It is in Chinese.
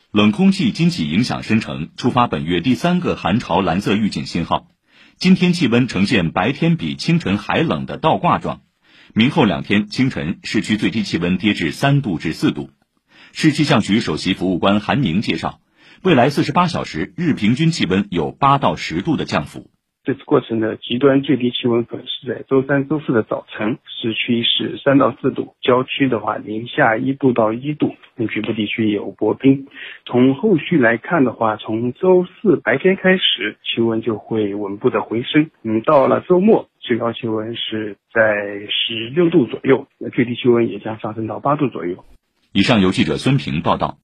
冷空气今起影响生成，触发本月第3个寒潮蓝色预警信号。今天气温呈现白天比清晨还冷的倒挂状，明后2天清晨市区最低气温跌至3度至4度。市气象局首席服务官韩宁介绍，未来48小时日平均气温有8到10度的降幅。 这次过程的极端最低气温可能是在周3、周4的早晨，市区是3到4度，郊区的话零下1度到1度，局部地区有薄冰。从后续来看的话，从周4白天开始，气温就会稳步的回升。到了周末，最高气温是在16度左右，最低气温也将上升到8度左右。 以上由记者孙平报道。